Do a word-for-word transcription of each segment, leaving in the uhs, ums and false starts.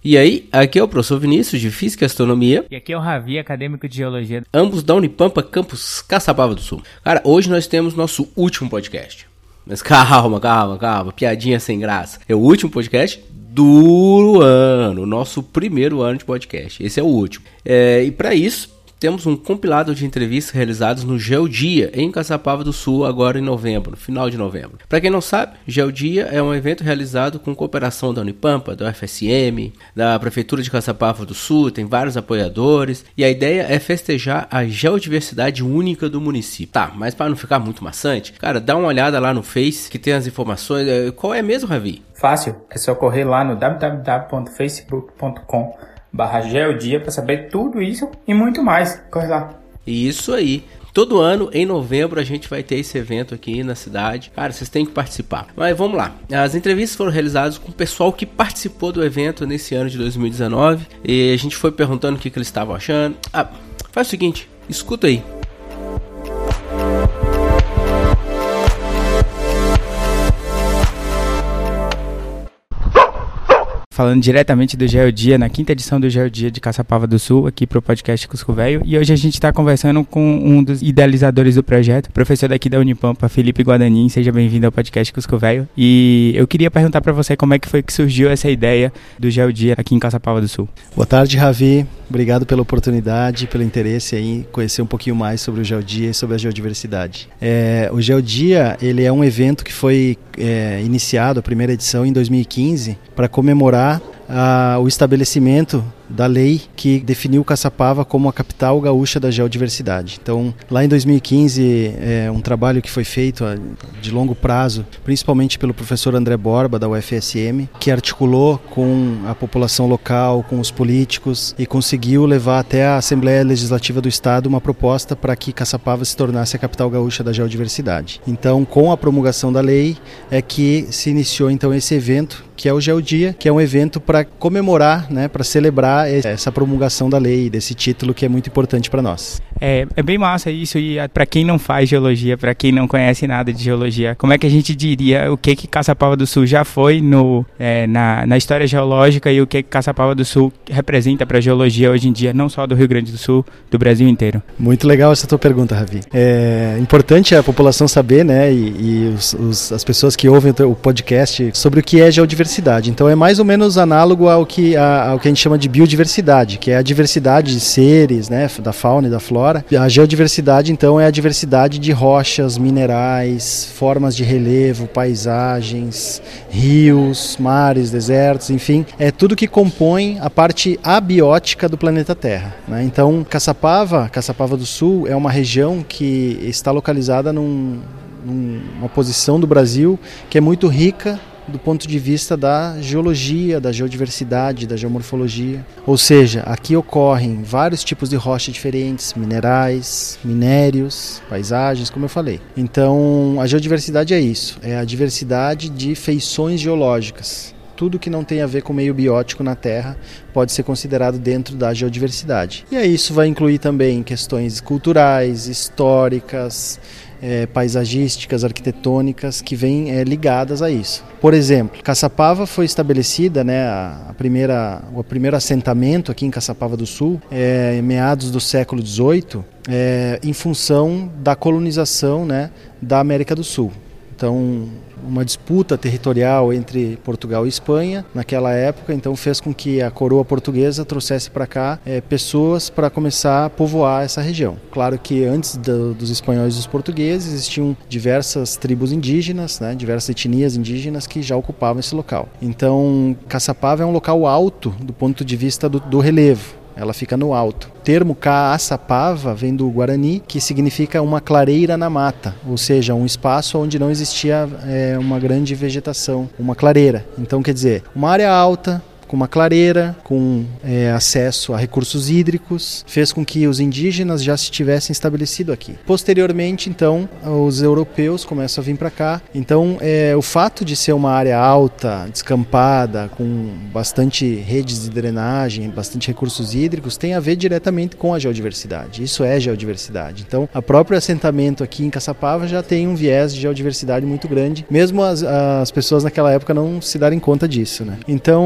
E aí, aqui é o professor Vinícius, de Física e Astronomia. E aqui é o Ravi, acadêmico de Geologia. Ambos da Unipampa, campus Caçapava do Sul. Cara, hoje nós temos nosso último podcast. Mas calma, calma, calma, piadinha sem graça. É o último podcast do ano, nosso primeiro ano de podcast. Esse é o último. É, e para isso, temos um compilado de entrevistas realizadas no Geodia, em Caçapava do Sul, agora em novembro, no final de novembro. Para quem não sabe, Geodia é um evento realizado com cooperação da Unipampa, da U F S M, da Prefeitura de Caçapava do Sul, tem vários apoiadores, e a ideia é festejar a geodiversidade única do município. Tá, mas para não ficar muito maçante, cara, dá uma olhada lá no Face, que tem as informações. Qual é mesmo, Ravi? Fácil, é só correr lá no w w w ponto facebook ponto com barra geodia para saber tudo isso e muito mais. Corre lá. Isso aí. Todo ano, em novembro, a gente vai ter esse evento aqui na cidade. Cara, vocês têm que participar. Mas vamos lá. As entrevistas foram realizadas com o pessoal que participou do evento nesse ano de dois mil e dezenove. E a gente foi perguntando o que, que eles estavam achando. Ah, faz o seguinte, escuta aí. Falando diretamente do Geodia, na quinta edição do Geodia de Caçapava do Sul, aqui para o podcast Cusco Velho. E hoje a gente está conversando com um dos idealizadores do projeto, professor daqui da Unipampa, Felipe Guadanin. Seja bem-vindo ao podcast Cusco Velho. E eu queria perguntar para você como é que foi que surgiu essa ideia do Geodia aqui em Caçapava do Sul. Boa tarde, Ravi. Obrigado pela oportunidade, pelo interesse em conhecer um pouquinho mais sobre o Geodia e sobre a geodiversidade. É, o Geodia, ele é um evento que foi é, iniciado, a primeira edição, em dois mil e quinze, para comemorar Uh, o estabelecimento da lei que definiu Caçapava como a capital gaúcha da geodiversidade. Então, lá em dois mil e quinze, é um trabalho que foi feito uh, de longo prazo, principalmente pelo professor André Borba, da U F S M, que articulou com a população local, com os políticos e conseguiu levar até a Assembleia Legislativa do Estado uma proposta para que Caçapava se tornasse a capital gaúcha da geodiversidade. Então, com a promulgação da lei, é que se iniciou então esse evento, que é o Geodia, que é um evento para comemorar, né, para celebrar essa promulgação da lei, desse título que é muito importante para nós. É, é bem massa isso, e para quem não faz geologia, para quem não conhece nada de geologia, como é que a gente diria o que que Caçapava do Sul já foi no, é, na, na história geológica e o que que Caçapava do Sul representa para a geologia hoje em dia, não só do Rio Grande do Sul, do Brasil inteiro? Muito legal essa tua pergunta, Ravi. É importante a população saber, né, e, e os, os, as pessoas que ouvem o podcast sobre o que é geodiversidade. Então é mais ou menos análogo ao que, a, ao que a gente chama de biodiversidade, que é a diversidade de seres, né, da fauna e da flora. A geodiversidade, então, é a diversidade de rochas, minerais, formas de relevo, paisagens, rios, mares, desertos, enfim, é tudo que compõe a parte abiótica do planeta Terra, né? Então, Caçapava, Caçapava do Sul, é uma região que está localizada num, numa posição do Brasil que é muito rica do ponto de vista da geologia, da geodiversidade, da geomorfologia. Ou seja, aqui ocorrem vários tipos de rocha diferentes, minerais, minérios, paisagens, como eu falei. Então, a geodiversidade é isso, é a diversidade de feições geológicas. Tudo que não tem a ver com o meio biótico na Terra pode ser considerado dentro da geodiversidade. E aí isso vai incluir também questões culturais, históricas, É, paisagísticas, arquitetônicas que vêm é, ligadas a isso. Por exemplo, Caçapava foi estabelecida, né, a, primeira, o primeiro assentamento aqui em Caçapava do Sul, é, em meados do século dezoito, é, em função da colonização, né, da América do Sul. Então, uma disputa territorial entre Portugal e Espanha naquela época, então fez com que a coroa portuguesa trouxesse para cá é, pessoas para começar a povoar essa região. Claro que antes do, dos espanhóis e dos portugueses existiam diversas tribos indígenas, né, diversas etnias indígenas que já ocupavam esse local. Então, Caçapava é um local alto do ponto de vista do, do relevo. Ela fica no alto. O termo Caçapava vem do Guarani, que significa uma clareira na mata, ou seja, um espaço onde não existia é, uma grande vegetação, uma clareira. Então, quer dizer, uma área alta, com uma clareira, com é, acesso a recursos hídricos, fez com que os indígenas já se tivessem estabelecido aqui. Posteriormente, então, os europeus começam a vir para cá. Então, é, o fato de ser uma área alta, descampada, com bastante redes de drenagem, bastante recursos hídricos, tem a ver diretamente com a geodiversidade. Isso é geodiversidade. Então, o próprio assentamento aqui em Caçapava já tem um viés de geodiversidade muito grande, mesmo as, as pessoas naquela época não se darem conta disso, né? Então,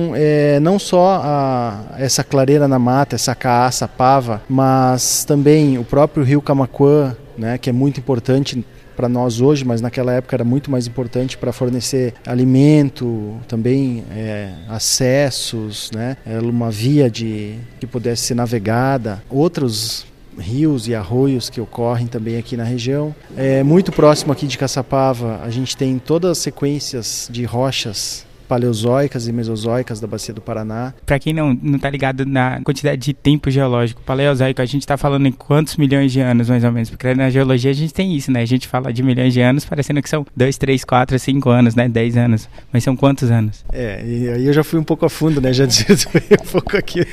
Então, é, não só a, essa clareira na mata, essa caaça, pava, mas também o próprio rio Camaquã, né, que é muito importante para nós hoje, mas naquela época era muito mais importante para fornecer alimento, também é, acessos, né, era uma via de, que pudesse ser navegada. Outros rios e arroios que ocorrem também aqui na região. É, muito próximo aqui de Caçapava, a gente tem todas as sequências de rochas paleozoicas e mesozoicas da Bacia do Paraná. Para quem não não está ligado na quantidade de tempo geológico, paleozoico, a gente está falando em quantos milhões de anos, mais ou menos? Porque na geologia a gente tem isso, né? A gente fala de milhões de anos, parecendo que são dois, três, quatro, cinco anos, né? dez anos. Mas são quantos anos? É, e aí eu já fui um pouco a fundo, né? Já desvirtuei um pouco aqui.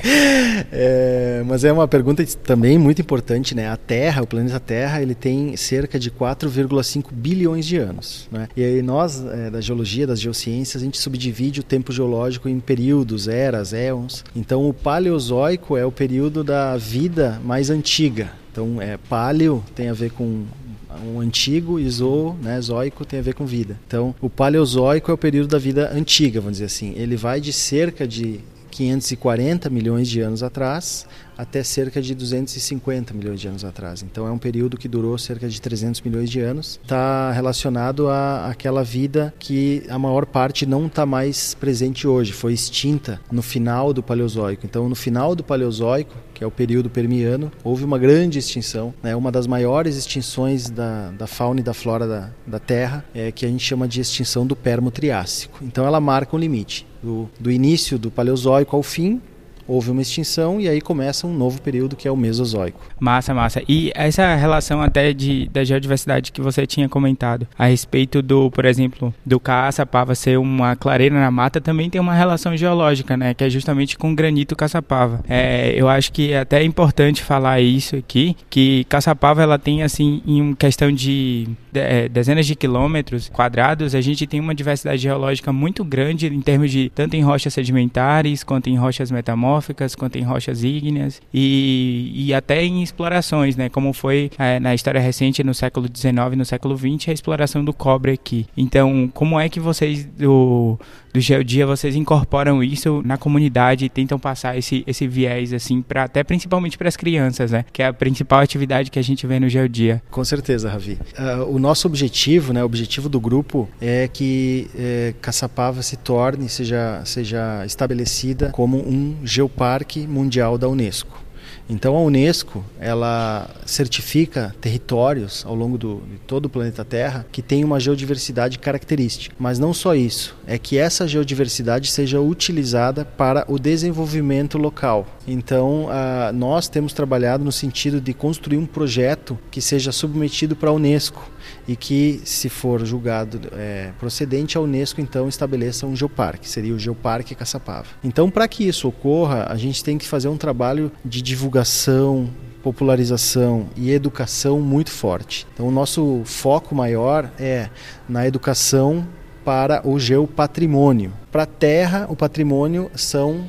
É, mas é uma pergunta também muito importante, né? A Terra, o planeta Terra, ele tem cerca de quatro vírgula cinco bilhões de anos, né? E aí nós, é, da geologia, das geociências, a gente subdivide divide o tempo geológico em períodos, eras, éons. Então o Paleozoico é o período da vida mais antiga. Então é paleo tem a ver com um antigo, e zoo, né, zoico tem a ver com vida. Então o Paleozoico é o período da vida antiga, vamos dizer assim. Ele vai de cerca de quinhentos e quarenta milhões de anos atrás até cerca de duzentos e cinquenta milhões de anos atrás. Então é um período que durou cerca de trezentos milhões de anos. Está relacionado à àquela vida que a maior parte não está mais presente hoje, foi extinta no final do Paleozoico. Então no final do Paleozoico, que é o período permiano, houve uma grande extinção, né? Uma das maiores extinções da, da fauna e da flora da, da Terra, é, que a gente chama de extinção do Permo-Triássico. Então ela marca um limite. Do, do início do Paleozoico ao fim, houve uma extinção e aí começa um novo período que é o Mesozoico. Massa, massa. E essa relação até de, da geodiversidade que você tinha comentado a respeito do, por exemplo, do Caçapava ser uma clareira na mata, também tem uma relação geológica, né? Que é justamente com o granito Caçapava. É, eu acho que é até importante falar isso aqui, que Caçapava ela tem, assim, em questão de, de é, dezenas de quilômetros quadrados, a gente tem uma diversidade geológica muito grande em termos de tanto em rochas sedimentares quanto em rochas metamórficas, quanto em rochas ígneas e, e até em explorações, né? Como foi é, na história recente, no século dezenove e no século vinte, a exploração do cobre aqui. Então, como é que vocês do, do Geodia, vocês incorporam isso na comunidade e tentam passar esse, esse viés, assim, pra, até principalmente para as crianças, né? Que é a principal atividade que a gente vê no Geodia. Com certeza, Ravi. Uh, o nosso objetivo, né? O objetivo do grupo é que é, Caçapava se torne, seja, seja estabelecida como um Geoparque Mundial da Unesco. Então a Unesco, ela certifica territórios ao longo do, de todo o planeta Terra que tem uma geodiversidade característica. Mas não só isso, é que essa geodiversidade seja utilizada para o desenvolvimento local. Então a, nós temos trabalhado no sentido de construir um projeto que seja submetido para a Unesco e que, se for julgado é, procedente, a Unesco então estabeleça um geoparque, seria o Geoparque Caçapava. Então, para que isso ocorra, a gente tem que fazer um trabalho de divulgação, popularização e educação muito forte. Então, o nosso foco maior é na educação para o geopatrimônio. Para a Terra, o patrimônio são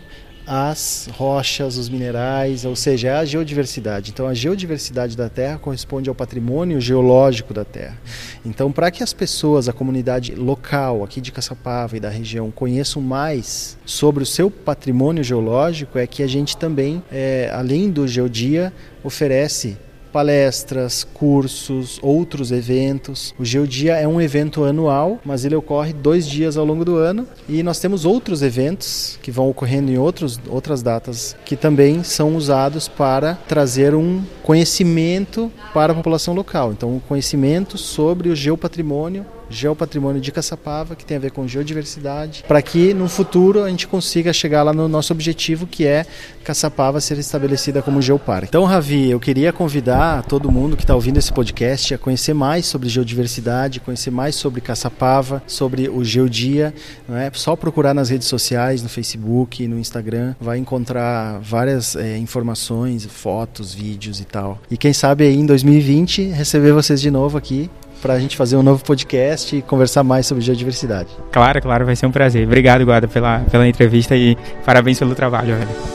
as rochas, os minerais, ou seja, é a geodiversidade. Então a geodiversidade da Terra corresponde ao patrimônio geológico da Terra. Então, para que as pessoas, a comunidade local aqui de Caçapava e da região conheçam mais sobre o seu patrimônio geológico, é que a gente também, é, além do Geodia, oferece palestras, cursos, outros eventos. O Geodia é um evento anual, mas ele ocorre dois dias ao longo do ano e nós temos outros eventos que vão ocorrendo em outros, outras datas que também são usados para trazer um conhecimento para a população local. Então, o conhecimento sobre o geopatrimônio geopatrimônio de Caçapava, que tem a ver com geodiversidade, para que no futuro a gente consiga chegar lá no nosso objetivo, que é Caçapava ser estabelecida como geoparque. Então, Ravi, eu queria convidar todo mundo que está ouvindo esse podcast a conhecer mais sobre geodiversidade, conhecer mais sobre Caçapava, sobre o Geodia. Não é só procurar nas redes sociais, no Facebook, no Instagram, vai encontrar várias é, informações, fotos, vídeos e tal. E quem sabe aí em dois mil e vinte receber vocês de novo aqui para a gente fazer um novo podcast e conversar mais sobre geodiversidade. Claro, claro, vai ser um prazer. Obrigado, Guada, pela, pela entrevista e parabéns pelo trabalho, velho.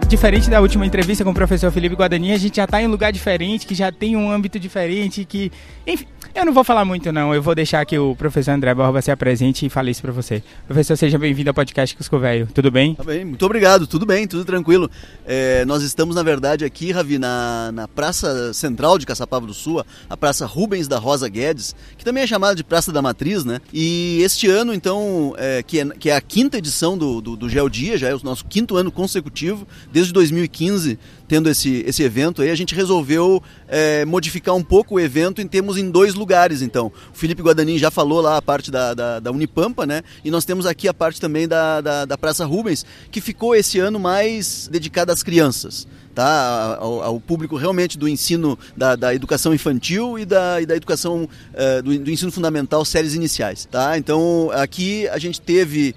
diferente da última entrevista com o professor Felipe Guadanin, a gente já está em um lugar diferente, que já tem um âmbito diferente, que... Enfim, eu não vou falar muito não, eu vou deixar que o professor André Borba se apresente e fale isso para você. Professor, seja bem-vindo ao podcast Cusco Velho, tudo bem? Tá bem, muito obrigado, tudo bem, tudo tranquilo. É, nós estamos, na verdade, aqui, Ravi, na, na Praça Central de Caçapava do Sul, a Praça Rubens da Rosa Guedes, que também é chamada de Praça da Matriz, né? E este ano, então, é, que, é, que é a quinta edição do, do, do GeoDia, já é o nosso quinto ano consecutivo, desde dois mil e quinze, tendo esse, esse evento aí, a gente resolveu é, modificar um pouco o evento em termos em dois lugares, então. O Felipe Guadanin já falou lá a parte da, da, da Unipampa, né? E nós temos aqui a parte também da, da, da Praça Rubens, que ficou esse ano mais dedicada às crianças. Tá, ao, ao público realmente do ensino da, da educação infantil e da, e da educação uh, do, do ensino fundamental, séries iniciais. Tá? Então aqui a gente teve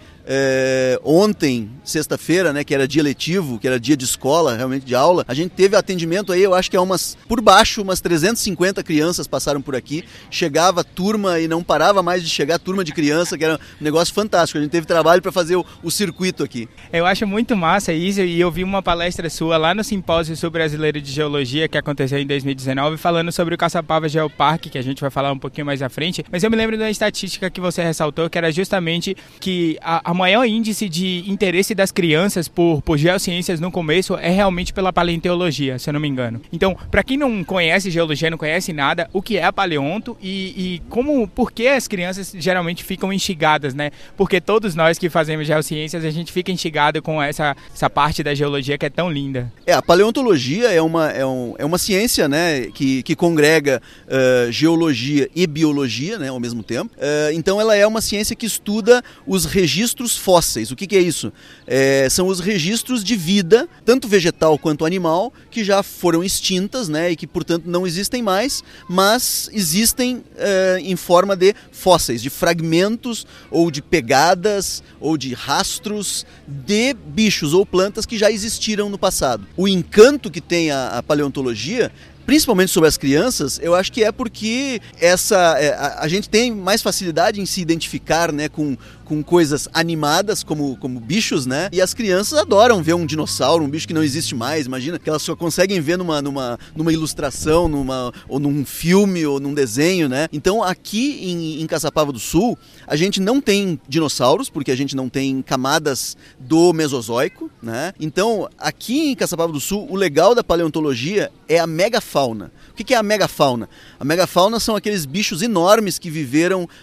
é, ontem, sexta-feira, né, que era dia letivo, que era dia de escola, realmente de aula, a gente teve atendimento aí, eu acho que é umas, por baixo, umas trezentas e cinquenta crianças passaram por aqui, chegava turma e não parava mais de chegar turma de criança, que era um negócio fantástico, a gente teve trabalho para fazer o, o circuito aqui. Eu acho muito massa isso, e eu vi uma palestra sua lá no Simpósio Sul Brasileiro de Geologia, que aconteceu em dois mil e dezenove, falando sobre o Caçapava Geoparque, que a gente vai falar um pouquinho mais à frente, mas eu me lembro da estatística que você ressaltou, que era justamente que a, a maior índice de interesse das crianças por, por geociências no começo é realmente pela paleontologia, se eu não me engano. Então, para quem não conhece geologia, não conhece nada, o que é a paleonto e, e como, por que as crianças geralmente ficam instigadas, né? Porque todos nós que fazemos geociências, a gente fica instigado com essa, essa parte da geologia que é tão linda. É, a paleontologia é uma, é um, é uma ciência, né, que, que congrega uh, geologia e biologia, né, ao mesmo tempo. Uh, então ela é uma ciência que estuda os registros fósseis. O que, que é isso? É, são os registros de vida, tanto vegetal quanto animal, que já foram extintas, né, e que, portanto, não existem mais, mas existem uh, em forma de fósseis, de fragmentos ou de pegadas ou de rastros de bichos ou plantas que já existiram no passado. O encanto que tem a, a paleontologia, principalmente sobre as crianças, eu acho que é porque essa, é, a, a gente tem mais facilidade em se identificar, né, com, com coisas animadas, como, como bichos, né? E as crianças adoram ver um dinossauro, um bicho que não existe mais. Imagina que elas só conseguem ver numa, numa, numa ilustração, numa, ou num filme, ou num desenho, né? Então aqui em, em Caçapava do Sul, a gente não tem dinossauros, porque a gente não tem camadas do Mesozoico, né? Então aqui em Caçapava do Sul, o legal da paleontologia é a megafauna. O que é a megafauna? A megafauna são aqueles bichos enormes que viveram uh,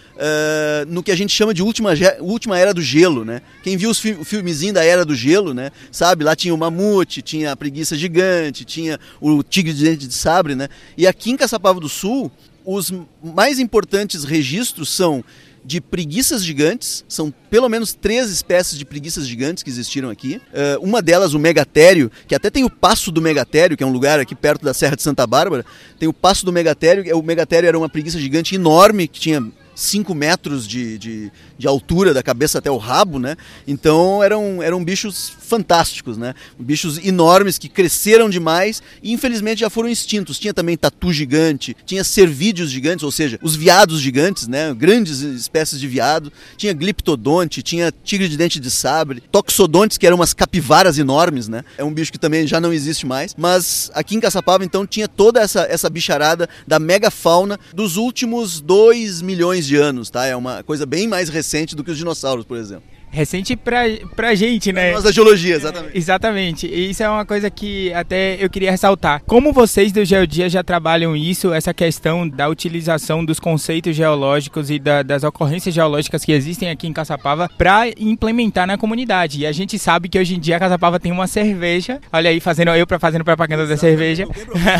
no que a gente chama de última, última era do gelo, né? Quem viu os fi- o filmezinho da Era do Gelo, né? Sabe, lá tinha o mamute, tinha a preguiça gigante, tinha o tigre de dente de sabre, né? E aqui em Caçapava do Sul, os mais importantes registros são de preguiças gigantes, são pelo menos três espécies de preguiças gigantes que existiram aqui. Uh, uma delas, o megatério, que até tem o Passo do Megatério, que é um lugar aqui perto da Serra de Santa Bárbara, tem o Passo do Megatério. O megatério era uma preguiça gigante enorme, que tinha cinco metros de, de, de altura, da cabeça até o rabo, né? Então eram, eram bichos fantásticos, né? Bichos enormes que cresceram demais e infelizmente já foram extintos. Tinha também tatu gigante, tinha cervídeos gigantes, ou seja, os veados gigantes, né? Grandes espécies de veado. Tinha gliptodonte, tinha tigre de dente de sabre, toxodontes, que eram umas capivaras enormes, né? É um bicho que também já não existe mais. Mas aqui em Caçapava, então, tinha toda essa, essa bicharada da megafauna dos últimos dois milhões de anos, tá? É uma coisa bem mais recente do que os dinossauros, por exemplo. Recente pra, pra gente, né? Nós da geologia, exatamente. É, exatamente. E isso é uma coisa que até eu queria ressaltar. Como vocês do GeoDia já trabalham isso, essa questão da utilização dos conceitos geológicos e da, das ocorrências geológicas que existem aqui em Caçapava para implementar na comunidade. E a gente sabe que hoje em dia a Caçapava tem uma cerveja. Olha aí, fazendo eu pra, fazendo propaganda exatamente, da cerveja.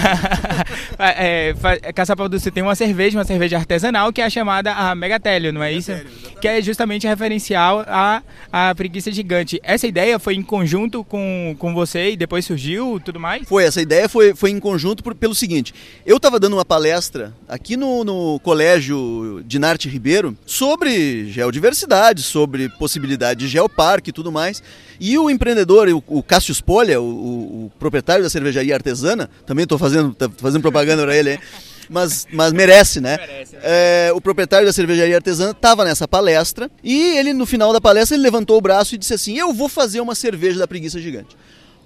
é, Caçapava do Sul tem uma cerveja, uma cerveja artesanal, que é a chamada a Megatério, não é isso? Que é justamente referencial a a preguiça gigante. Essa ideia foi em conjunto com, com você e depois surgiu tudo mais? Foi, essa ideia foi, foi em conjunto por, pelo seguinte, eu estava dando uma palestra aqui no, no Colégio Dinarte Ribeiro sobre geodiversidade, sobre possibilidade de geoparque e tudo mais, e o empreendedor, o, o Cássio Spolha, o, o, o proprietário da cervejaria artesana, também estou fazendo, tá fazendo propaganda para ele, hein? Mas, mas merece, né? Merece, né? É, o proprietário da cervejaria artesana estava nessa palestra e ele, no final da palestra, ele levantou o braço e disse assim, eu vou fazer uma cerveja da preguiça gigante.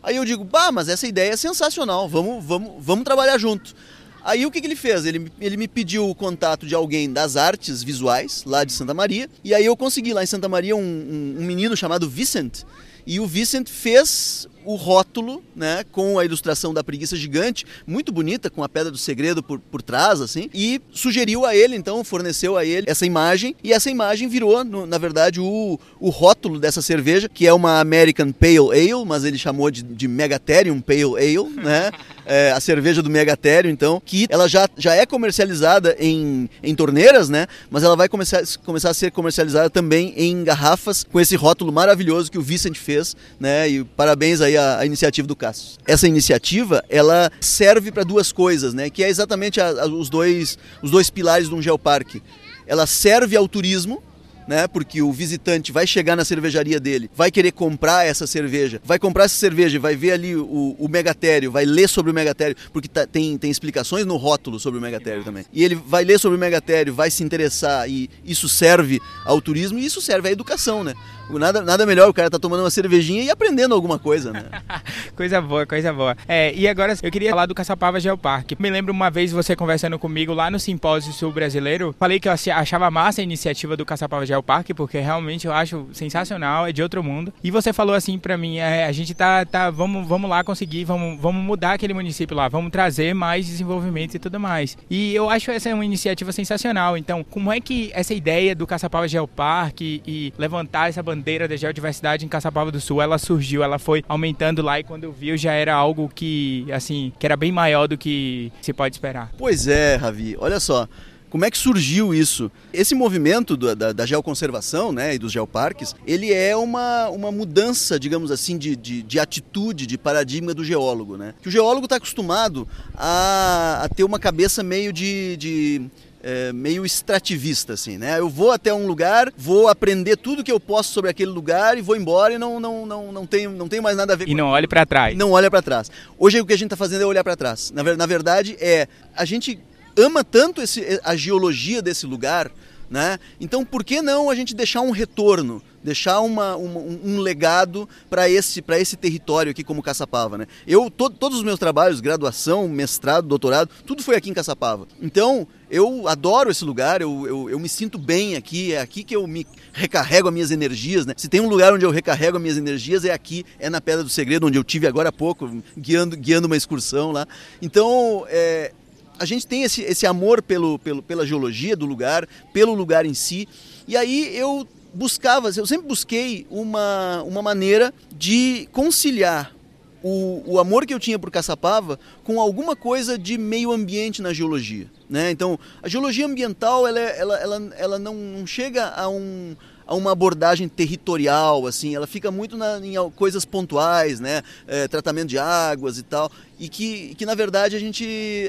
Aí eu digo, bah, mas essa ideia é sensacional, vamos, vamos, vamos trabalhar junto. Aí o que, que ele fez? Ele, ele me pediu o contato de alguém das artes visuais, lá de Santa Maria, e aí eu consegui lá em Santa Maria um, um, um menino chamado Vicent, e o Vicent fez o rótulo, né, com a ilustração da preguiça gigante, muito bonita, com a Pedra do Segredo por, por trás, assim, e sugeriu a ele, então, forneceu a ele essa imagem, e essa imagem virou, no, na verdade, o, o rótulo dessa cerveja, que é uma American Pale Ale, mas ele chamou de, de Megatherium Pale Ale, né, é, a cerveja do Megatherium, então, que ela já, já é comercializada em, em torneiras, né, mas ela vai começar, começar a ser comercializada também em garrafas, com esse rótulo maravilhoso que o Vicent fez, né, e parabéns aí A, a iniciativa do Cassius. Essa iniciativa, ela serve para duas coisas, né? Que é exatamente a, a, os, dois, os dois pilares de um geoparque. Ela serve ao turismo, né? Porque o visitante vai chegar na cervejaria dele, vai querer comprar essa cerveja, vai comprar essa cerveja, vai ver ali o, o Megatherium, vai ler sobre o Megatherium, porque tá, tem, tem explicações no rótulo sobre o Megatherium também. E ele vai ler sobre o Megatherium, vai se interessar, e isso serve ao turismo e isso serve à educação, né? Nada, nada melhor o cara tá tomando uma cervejinha e aprendendo alguma coisa, né? Coisa boa, coisa boa. É, e agora eu queria falar do Caçapava Geoparque. Me lembro uma vez você conversando comigo lá no Simpósio Sul Brasileiro, falei que eu achava massa a iniciativa do Caçapava Geoparque, porque realmente eu acho sensacional, é de outro mundo. E você falou assim pra mim, é, a gente tá, tá vamos, vamos lá conseguir, vamos, vamos mudar aquele município lá, vamos trazer mais desenvolvimento e tudo mais. E eu acho essa uma iniciativa sensacional. Então, como é que essa ideia do Caçapava Geoparque e, e levantar essa bandeira bandeira da geodiversidade em Caçapava do Sul, ela surgiu, ela foi aumentando lá e quando eu vi já era algo que, assim, que era bem maior do que se pode esperar. Pois é, Ravi, olha só, como é que surgiu isso? Esse movimento do, da, da geoconservação, né, e dos geoparques, ele é uma, uma mudança, digamos assim, de, de, de atitude, de paradigma do geólogo, né? Que o geólogo está acostumado a, a ter uma cabeça meio de... de É, meio extrativista, assim, né? Eu vou até um lugar, vou aprender tudo que eu posso sobre aquele lugar e vou embora e não, não, não, não, tenho, não tenho mais nada a ver e com... E não aquilo. olhe para trás. Não olha para trás. Hoje o que a gente está fazendo é olhar para trás. Na, na verdade, é a gente ama tanto esse, a geologia desse lugar, né? Então, por que não a gente deixar um retorno? Deixar uma, uma, um legado para esse, para esse território aqui como Caçapava, né? Eu, to, todos os meus trabalhos, graduação, mestrado, doutorado, tudo foi aqui em Caçapava. Então, eu adoro esse lugar, eu, eu, eu me sinto bem aqui, é aqui que eu me recarrego as minhas energias, né? Se tem um lugar onde eu recarrego as minhas energias, é aqui, é na Pedra do Segredo, onde eu tive agora há pouco, guiando, guiando uma excursão lá. Então, é, a gente tem esse, esse amor pelo, pelo, pela geologia do lugar, pelo lugar em si, e aí eu buscava, eu sempre busquei uma, uma maneira de conciliar o, o amor que eu tinha por Caçapava com alguma coisa de meio ambiente na geologia, né? Então, a geologia ambiental, ela, ela, ela, ela não, não chega a, um, a uma abordagem territorial, assim, ela fica muito na, em coisas pontuais, né? É, tratamento de águas e tal, e que, que na verdade a gente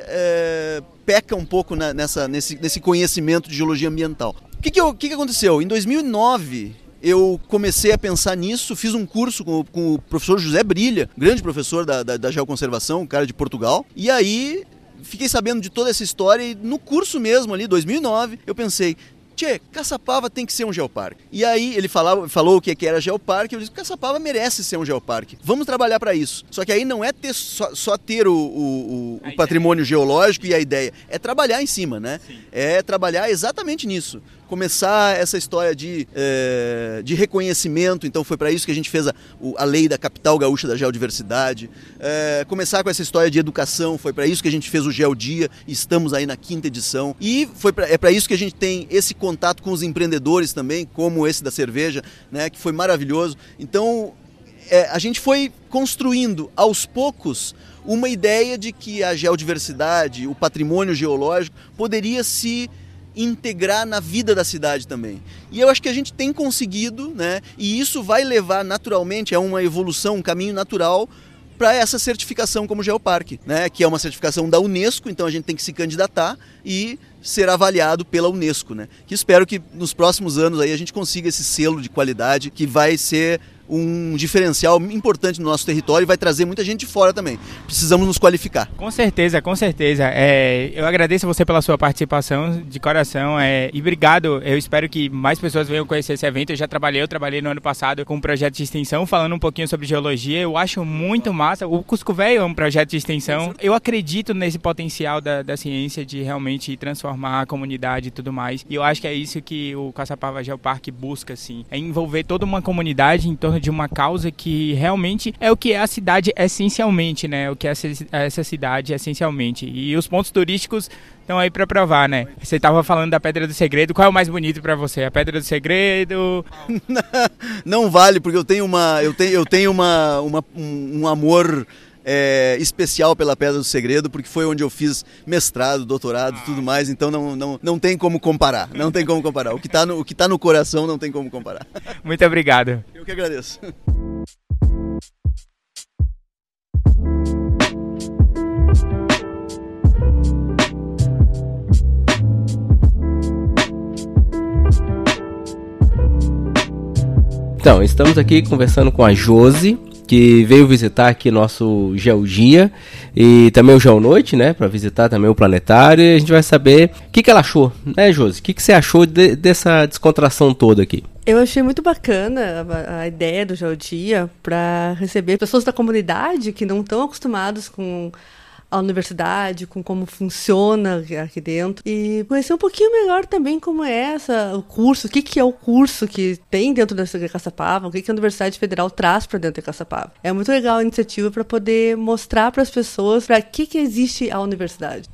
é, peca um pouco na, nessa, nesse, nesse conhecimento de geologia ambiental. O que, que, eu, que, que aconteceu? Em dois mil e nove, eu comecei a pensar nisso, fiz um curso com, com o professor José Brilha, grande professor da, da, da geoconservação, um cara de Portugal, e aí fiquei sabendo de toda essa história e no curso mesmo ali, dois mil e nove, eu pensei, tchê, Caçapava tem que ser um geoparque. E aí ele falava, falou o que era geoparque, eu disse, Caçapava merece ser um geoparque. Vamos trabalhar para isso. Só que aí não é ter só, só ter o, o, o patrimônio geológico e a ideia, é trabalhar em cima, né? Sim. É trabalhar exatamente nisso. Começar essa história de, é, de reconhecimento, então foi para isso que a gente fez a, a lei da capital gaúcha da geodiversidade, é, começar com essa história de educação, foi para isso que a gente fez o Geodia, estamos aí na quinta edição, e foi pra, é para isso que a gente tem esse contato com os empreendedores também, como esse da cerveja, né, que foi maravilhoso. Então, é, a gente foi construindo aos poucos uma ideia de que a geodiversidade, o patrimônio geológico, poderia se integrar na vida da cidade também. E eu acho que a gente tem conseguido, né? E isso vai levar naturalmente a uma evolução, um caminho natural para essa certificação como geoparque, né? Que é uma certificação da Unesco, então a gente tem que se candidatar e ser avaliado pela Unesco, né? Que espero que nos próximos anos aí a gente consiga esse selo de qualidade que vai ser um diferencial importante no nosso território e vai trazer muita gente de fora também. Precisamos nos qualificar. Com certeza, com certeza. É, eu agradeço você pela sua participação de coração é, e obrigado. Eu espero que mais pessoas venham conhecer esse evento. Eu já trabalhei, eu trabalhei no ano passado com um projeto de extensão, falando um pouquinho sobre geologia. Eu acho muito massa. O Cusco Velho é um projeto de extensão. Eu acredito nesse potencial da, da ciência de realmente transformar a comunidade e tudo mais. E eu acho que é isso que o Caçapava Geoparque busca, assim. É envolver toda uma comunidade em torno de uma causa que realmente é o que é a cidade essencialmente, né? O que é essa cidade essencialmente. E os pontos turísticos estão aí para provar, né? Você estava falando da Pedra do Segredo. Qual é o mais bonito para você? A Pedra do Segredo? Não vale, porque eu tenho uma, eu tenho, eu tenho uma, uma um, um amor é, especial pela Pedra do Segredo, porque foi onde eu fiz mestrado, doutorado, ah. tudo mais. Então não, não, não tem como comparar. Não tem como comparar. O que está no, o que tá no coração não tem como comparar. Muito obrigado. Eu que agradeço. Então, estamos aqui conversando com a Josi, que veio visitar aqui nosso Geodia e também o Geonoite, né, para visitar também o planetário, e a gente vai saber o que, que ela achou, né, Josi? O que, que você achou de, dessa descontração toda aqui? Eu achei muito bacana a, a ideia do Geodia para receber pessoas da comunidade que não estão acostumadas com a universidade, com como funciona aqui dentro, e conhecer um pouquinho melhor também como é essa, o curso, o que, que é o curso que tem dentro da Caçapava, o que, que a Universidade Federal traz para dentro da Caçapava. É muito legal a iniciativa para poder mostrar para as pessoas para que, que existe a universidade.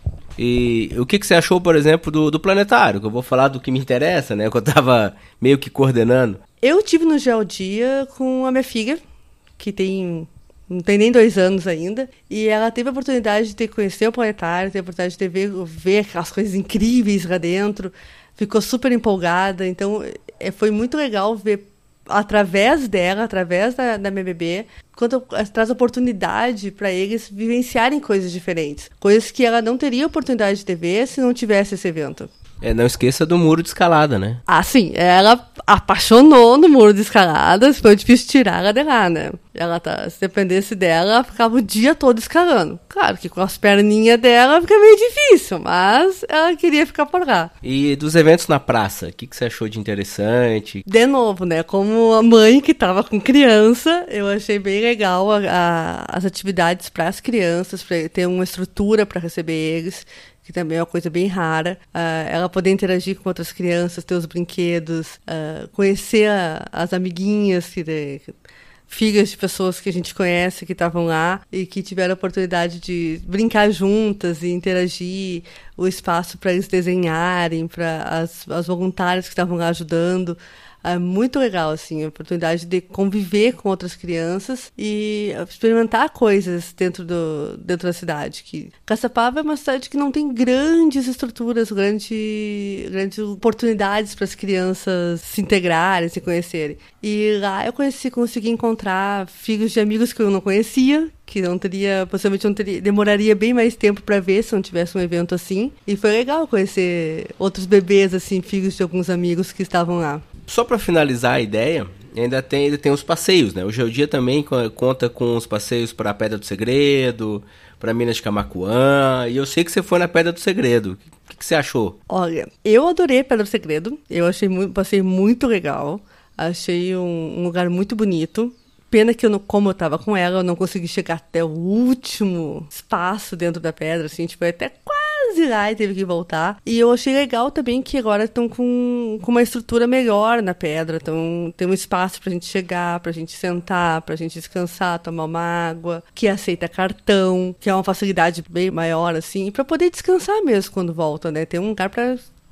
E o que, que você achou, por exemplo, do, do planetário? Que eu vou falar do que me interessa, né? Que eu estava meio que coordenando. Eu tive no Geodia com a minha filha, que tem... não tem nem dois anos ainda, e ela teve a oportunidade de ter conhecer o planetário, teve a oportunidade de ter, ver, ver aquelas coisas incríveis lá dentro, ficou super empolgada, então é, foi muito legal ver através dela, através da, da minha bebê, quanto traz oportunidade para eles vivenciarem coisas diferentes, coisas que ela não teria oportunidade de ter ver se não tivesse esse evento. É, não esqueça do muro de escalada, né? Ah, sim. Ela apaixonou no muro de escalada, foi difícil tirar ela de lá, né? Ela tá, se dependesse dela, ela ficava o dia todo escalando. Claro que com as perninhas dela fica meio difícil, mas ela queria ficar por lá. E dos eventos na praça, o que, que você achou de interessante? De novo, né? Como a mãe que tava com criança, eu achei bem legal a, a, as atividades para as crianças, para ter uma estrutura para receber eles, que também é uma coisa bem rara, uh, ela poder interagir com outras crianças, ter os brinquedos, uh, conhecer a, as amiguinhas, que, de, filhas de pessoas que a gente conhece, que estavam lá e que tiveram a oportunidade de brincar juntas e interagir, o espaço para eles desenharem, para as, as voluntárias que estavam lá ajudando. É muito legal, assim, a oportunidade de conviver com outras crianças e experimentar coisas dentro, do, dentro da cidade. Que Caçapava é uma cidade que não tem grandes estruturas, grande, grandes oportunidades para as crianças se integrarem, se conhecerem. E lá eu conheci, consegui encontrar filhos de amigos que eu não conhecia, que não teria, possivelmente não teria, demoraria bem mais tempo para ver se não tivesse um evento assim. E foi legal conhecer outros bebês, assim, filhos de alguns amigos que estavam lá. Só para finalizar a ideia, ainda tem, ainda tem os passeios, né? O Geodia também conta com os passeios para a Pedra do Segredo, para Minas de Camaquã, e eu sei que você foi na Pedra do Segredo. O que, que você achou? Olha, eu adorei a Pedra do Segredo, eu achei muito, passei muito legal, achei um, um lugar muito bonito. Pena que, eu não, como eu tava com ela, eu não consegui chegar até o último espaço dentro da pedra, assim, tipo, até quase lá e teve que voltar. E eu achei legal também que agora estão com, com uma estrutura melhor na pedra, então tem um espaço pra gente chegar, pra gente sentar, pra gente descansar, tomar uma água, que aceita cartão, que é uma facilidade bem maior, assim, pra poder descansar mesmo quando volta, né? Tem um lugar pra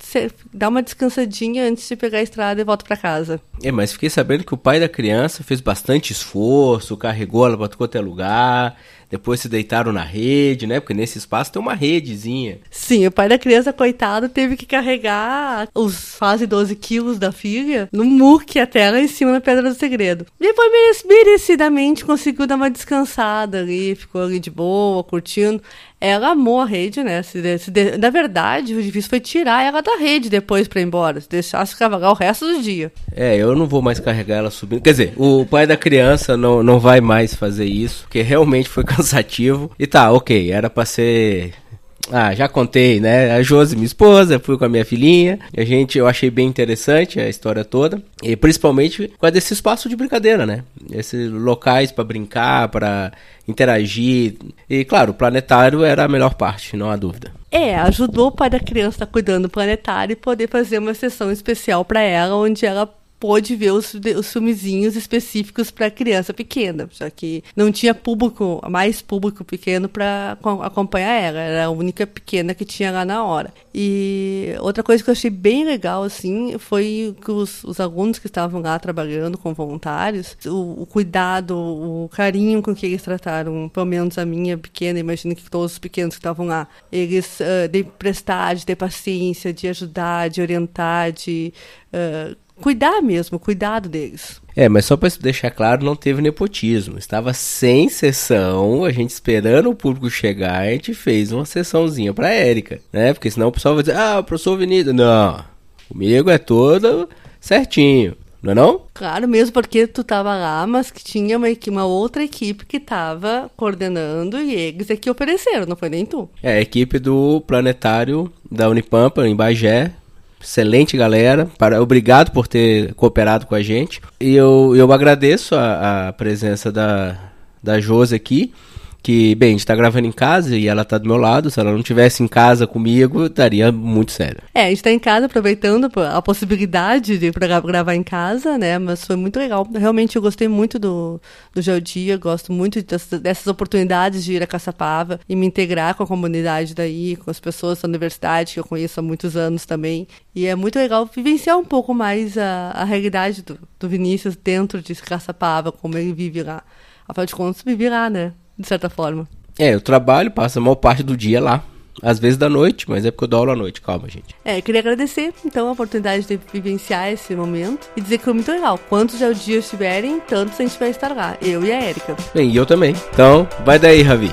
dar uma descansadinha antes de pegar a estrada e volta pra casa. É, mas fiquei sabendo que o pai da criança fez bastante esforço, carregou ela pra qualquer lugar, depois se deitaram na rede, né? Porque nesse espaço tem uma redezinha. Sim, o pai da criança, coitado, teve que carregar os quase doze quilos da filha no muque até ela em cima da Pedra do Segredo. Depois, merecidamente, conseguiu dar uma descansada ali, ficou ali de boa, curtindo. Ela amou a rede, né? Se de, se de, na verdade, o difícil foi tirar ela da rede depois pra ir embora. Se deixasse cavalar o resto do dia. É, eu não vou mais carregar ela subindo. Quer dizer, o pai da criança não, não vai mais fazer isso, porque realmente foi cansativo. E tá, ok, era pra ser... Ah, já contei, né? A Josi, minha esposa, fui com a minha filhinha. A gente, eu achei bem interessante a história toda. E principalmente com esse espaço de brincadeira, né? Esses locais para brincar, para interagir. E claro, o planetário era a melhor parte, não há dúvida. É, ajudou o pai da criança estar cuidando do planetário e poder fazer uma sessão especial para ela, onde ela pôde ver os, os filmezinhos específicos para criança pequena, já que não tinha público, mais público pequeno para acompanhar ela, era a única pequena que tinha lá na hora. E outra coisa que eu achei bem legal, assim, foi que os, os alunos que estavam lá trabalhando com voluntários, o, o cuidado, o carinho com que eles trataram, pelo menos a minha pequena, imagino que todos os pequenos que estavam lá, eles uh, de prestar, de ter paciência, de ajudar, de orientar, de... Uh, cuidar mesmo, cuidado deles. É, mas só para deixar claro, não teve nepotismo. Estava sem sessão, a gente esperando o público chegar, a gente fez uma sessãozinha pra Érica, né? Porque senão o pessoal vai dizer, ah, o professor Vinícius. Não, comigo é todo certinho, não é não? Claro, mesmo porque tu tava lá, mas que tinha uma, uma outra equipe que tava coordenando e eles é que ofereceram, não foi nem tu. É, a equipe do Planetário da Unipampa, em Bagé. Excelente galera, para, obrigado por ter cooperado com a gente. E eu, eu agradeço a, a presença da, da Josi aqui, que, bem, a gente tá gravando em casa e ela tá do meu lado. Se ela não estivesse em casa comigo, estaria muito sério. É, a gente tá em casa aproveitando a possibilidade de pra gravar em casa, né? Mas foi muito legal. Realmente eu gostei muito do, do Geodia, gosto muito dessas, dessas oportunidades de ir a Caçapava e me integrar com a comunidade daí, com as pessoas da universidade, que eu conheço há muitos anos também. E é muito legal vivenciar um pouco mais a, a realidade do, do Vinícius dentro de Caçapava, como ele vive lá. Afinal de contas, vive lá, né? De certa forma. É, eu trabalho, passo a maior parte do dia lá. Às vezes da noite, mas é porque eu dou aula à noite. Calma, gente. É, eu queria agradecer, então, a oportunidade de vivenciar esse momento e dizer que foi muito legal. Quantos Geodias estiverem, tantos a gente vai estar lá. Eu e a Érica. Bem, e eu também. Então, vai daí, Ravi.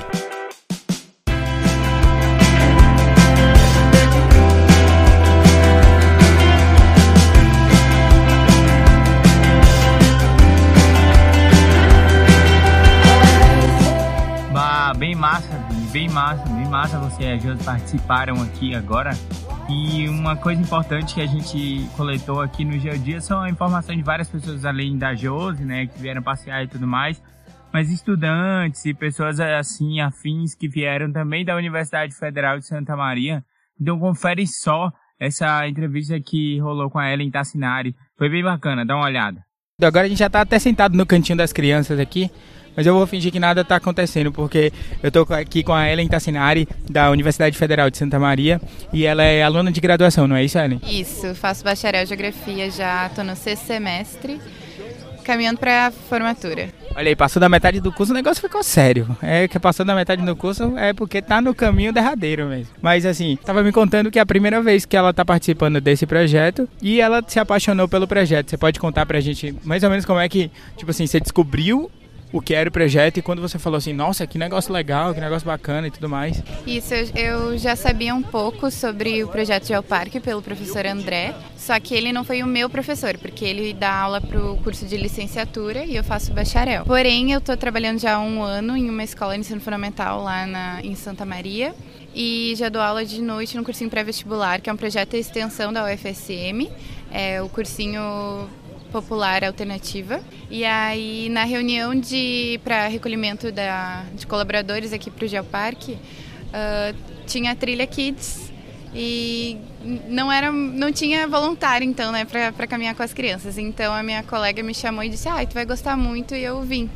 Bem massa, bem massa, bem massa você e a Josi participaram aqui agora. E uma coisa importante que a gente coletou aqui no Geodia são a informação de várias pessoas além da Josi, né, que vieram passear e tudo mais, mas estudantes e pessoas assim afins que vieram também da Universidade Federal de Santa Maria. Então confere só essa entrevista que rolou com a Ellen Tassinari. Foi bem bacana, dá uma olhada. Agora a gente já tá até sentado no cantinho das crianças aqui. Mas eu vou fingir que nada está acontecendo, porque eu estou aqui com a Ellen Tassinari, da Universidade Federal de Santa Maria, e ela é aluna de graduação, não é isso, Ellen? Isso, faço bacharel em Geografia, já estou no sexto semestre, caminhando para a formatura. Olha aí, passou da metade do curso, o negócio ficou sério. É que passou da metade do curso é porque tá no caminho derradeiro mesmo. Mas assim, tava me contando que é a primeira vez que ela tá participando desse projeto e ela se apaixonou pelo projeto. Você pode contar pra gente mais ou menos como é que, tipo assim, você descobriu o que era o projeto e quando você falou assim, nossa, que negócio legal, que negócio bacana e tudo mais. Isso, eu já sabia um pouco sobre o projeto Geoparque pelo professor André, só que ele não foi o meu professor, porque ele dá aula para o curso de licenciatura e eu faço bacharel. Porém, eu estou trabalhando já há um ano em uma escola de ensino fundamental lá na, em Santa Maria e já dou aula de noite no cursinho pré-vestibular, que é um projeto de extensão da U F S M, é o cursinho popular alternativa. E aí na reunião de para recolhimento da, de colaboradores aqui para o Geoparque, uh, tinha a trilha Kids e não era não tinha voluntário então, né, para caminhar com as crianças. Então a minha colega me chamou e disse: "Ah, tu vai gostar muito", e eu vim.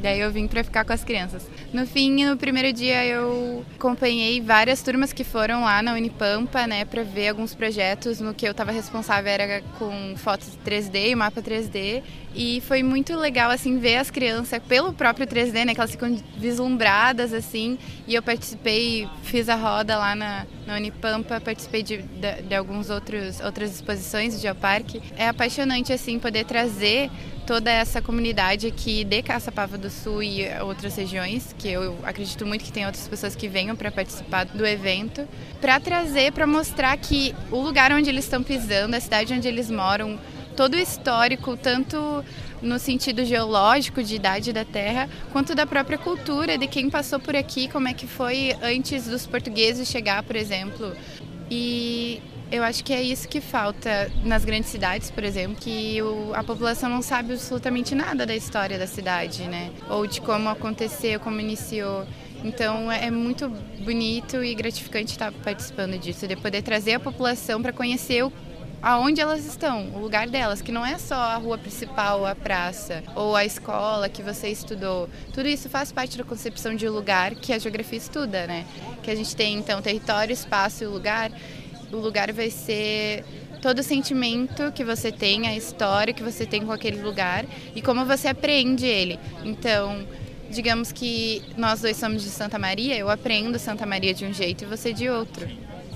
Daí eu vim para ficar com as crianças. No fim, no primeiro dia eu acompanhei várias turmas que foram lá na Unipampa, né, para ver alguns projetos. No que eu estava responsável era com fotos três D e mapa três D. E foi muito legal, assim, ver as crianças pelo próprio três D, né, que elas ficam vislumbradas, assim. E eu participei, fiz a roda lá na, na Unipampa, participei de, de, de alguns outros outras exposições de geoparque. É apaixonante, assim, poder trazer toda essa comunidade aqui de Caçapava do Sul e outras regiões, que eu acredito muito que tem outras pessoas que venham para participar do evento, para trazer, para mostrar que o lugar onde eles estão pisando, a cidade onde eles moram, todo o histórico, tanto no sentido geológico, de idade da terra, quanto da própria cultura, de quem passou por aqui, como é que foi antes dos portugueses chegar, por exemplo. E eu acho que é isso que falta nas grandes cidades, por exemplo, que o, a população não sabe absolutamente nada da história da cidade, né? Ou de como aconteceu, como iniciou. Então é muito bonito e gratificante estar participando disso, de poder trazer a população para conhecer o aonde elas estão, o lugar delas, que não é só a rua principal, a praça, ou a escola que você estudou. Tudo isso faz parte da concepção de lugar que a geografia estuda, né? Que a gente tem, então, território, espaço e lugar. O lugar vai ser todo o sentimento que você tem, a história que você tem com aquele lugar e como você apreende ele. Então, digamos que nós dois somos de Santa Maria, eu aprendo Santa Maria de um jeito e você de outro.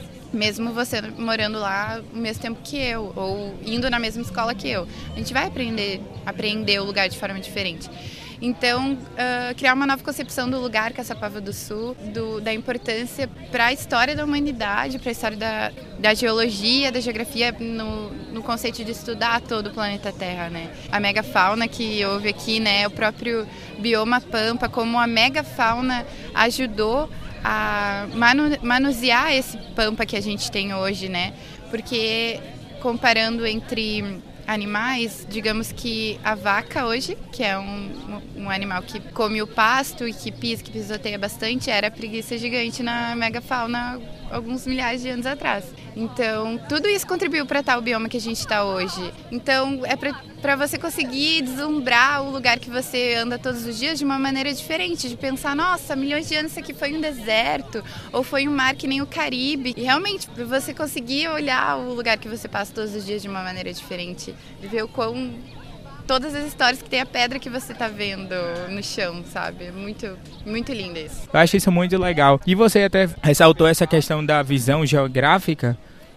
Mesmo você morando lá o mesmo tempo que eu, ou indo na mesma escola que eu. A gente vai aprender, aprender o lugar de forma diferente. Então, uh, criar uma nova concepção do lugar Caçapava do Sul, do, da importância para a história da humanidade, para a história da, da geologia, da geografia, no, no conceito de estudar todo o planeta Terra, né? A megafauna que houve aqui, né? O próprio bioma Pampa, como a megafauna ajudou a manu, manusear esse Pampa que a gente tem hoje, né? Porque comparando entre animais, digamos que a vaca hoje, que é um, um animal que come o pasto e que pisa, que pisoteia bastante, era preguiça gigante na megafauna alguns milhares de anos atrás. Então, tudo isso contribuiu para tal bioma que a gente está hoje. Então, é para você conseguir deslumbrar o lugar que você anda todos os dias de uma maneira diferente, de pensar, nossa, milhões de anos isso aqui foi um deserto, ou foi um mar que nem o Caribe. E realmente, para você conseguir olhar o lugar que você passa todos os dias de uma maneira diferente, de ver o quão todas as histórias que tem a pedra que você tá vendo no chão, sabe? Muito, muito lindo isso. Eu acho isso muito legal. E você até ressaltou essa questão da visão geográfica.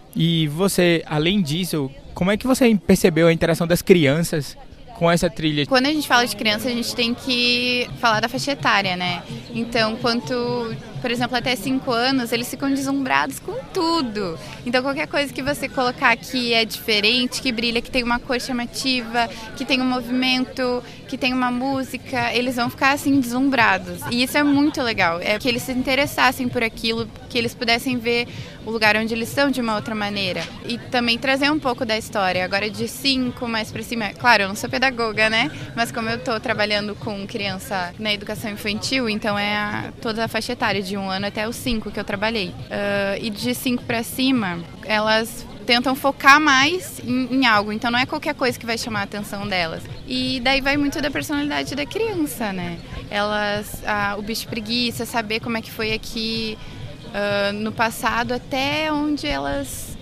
E você, além disso, como é que você percebeu a interação das crianças com essa trilha? Quando a gente fala de criança, a gente tem que falar da faixa etária, né? Então, quanto, por exemplo, até cinco anos, eles ficam deslumbrados com tudo. Então, qualquer coisa que você colocar aqui é diferente, que brilha, que tem uma cor chamativa, que tem um movimento, que tem uma música, eles vão ficar, assim, deslumbrados. E isso é muito legal, é que eles se interessassem por aquilo, que eles pudessem ver o lugar onde eles estão de uma outra maneira. E também trazer um pouco da história. Agora, de cinco mais pra cima, claro, eu não sou pedagoga, né? Mas como eu tô trabalhando com criança na educação infantil, então é a, toda a faixa etária, de um ano até os cinco que eu trabalhei. Uh, e de cinco pra cima, elas tentam focar mais em, em algo, então não é qualquer coisa que vai chamar a atenção delas. E daí vai muito da personalidade da criança, né? Elas, ah, o bicho preguiça, saber como é que foi aqui uh, no passado, até onde elas,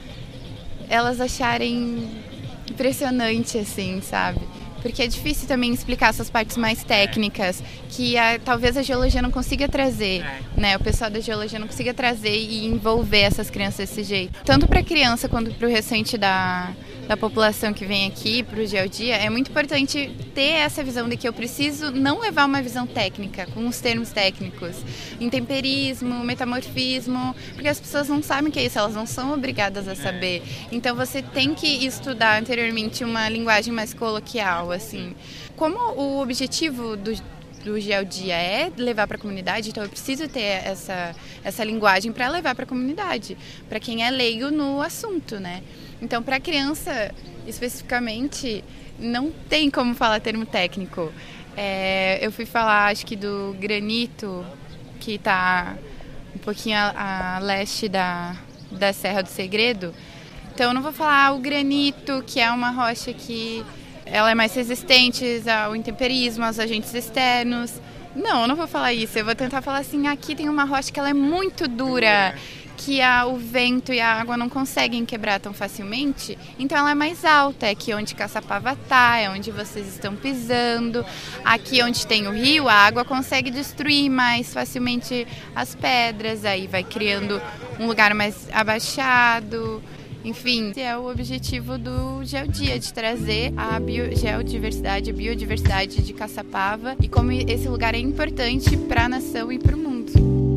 elas acharem impressionante, assim, sabe? Porque é difícil também explicar essas partes mais técnicas, que a, talvez a geologia não consiga trazer, né? O pessoal da geologia não consiga trazer e envolver essas crianças desse jeito. Tanto para a criança quanto para o restante da, da população que vem aqui, para o Geodia, é muito importante ter essa visão de que eu preciso não levar uma visão técnica, com os termos técnicos, intemperismo, metamorfismo, porque as pessoas não sabem o que é isso, elas não são obrigadas a saber. Então você tem que estudar anteriormente uma linguagem mais coloquial, assim. Como o objetivo do, do Geodia é levar para a comunidade, então eu preciso ter essa, essa linguagem para levar para a comunidade, para quem é leigo no assunto, né? Então, para a criança, especificamente, não tem como falar termo técnico. É, eu fui falar, acho que do granito, que está um pouquinho a, a leste da, da Serra do Segredo. Então, eu não vou falar o granito, que é uma rocha que ela é mais resistente ao intemperismo, aos agentes externos. Não, eu não vou falar isso. Eu vou tentar falar assim, aqui tem uma rocha que ela é muito dura, que a, o vento e a água não conseguem quebrar tão facilmente, então ela é mais alta. É aqui onde Caçapava tá, é onde vocês estão pisando. Aqui onde tem o rio, a água consegue destruir mais facilmente as pedras, aí vai criando um lugar mais abaixado. Enfim, esse é o objetivo do Geodia, de trazer a bio, geodiversidade, a biodiversidade de Caçapava e como esse lugar é importante para a nação e para o mundo.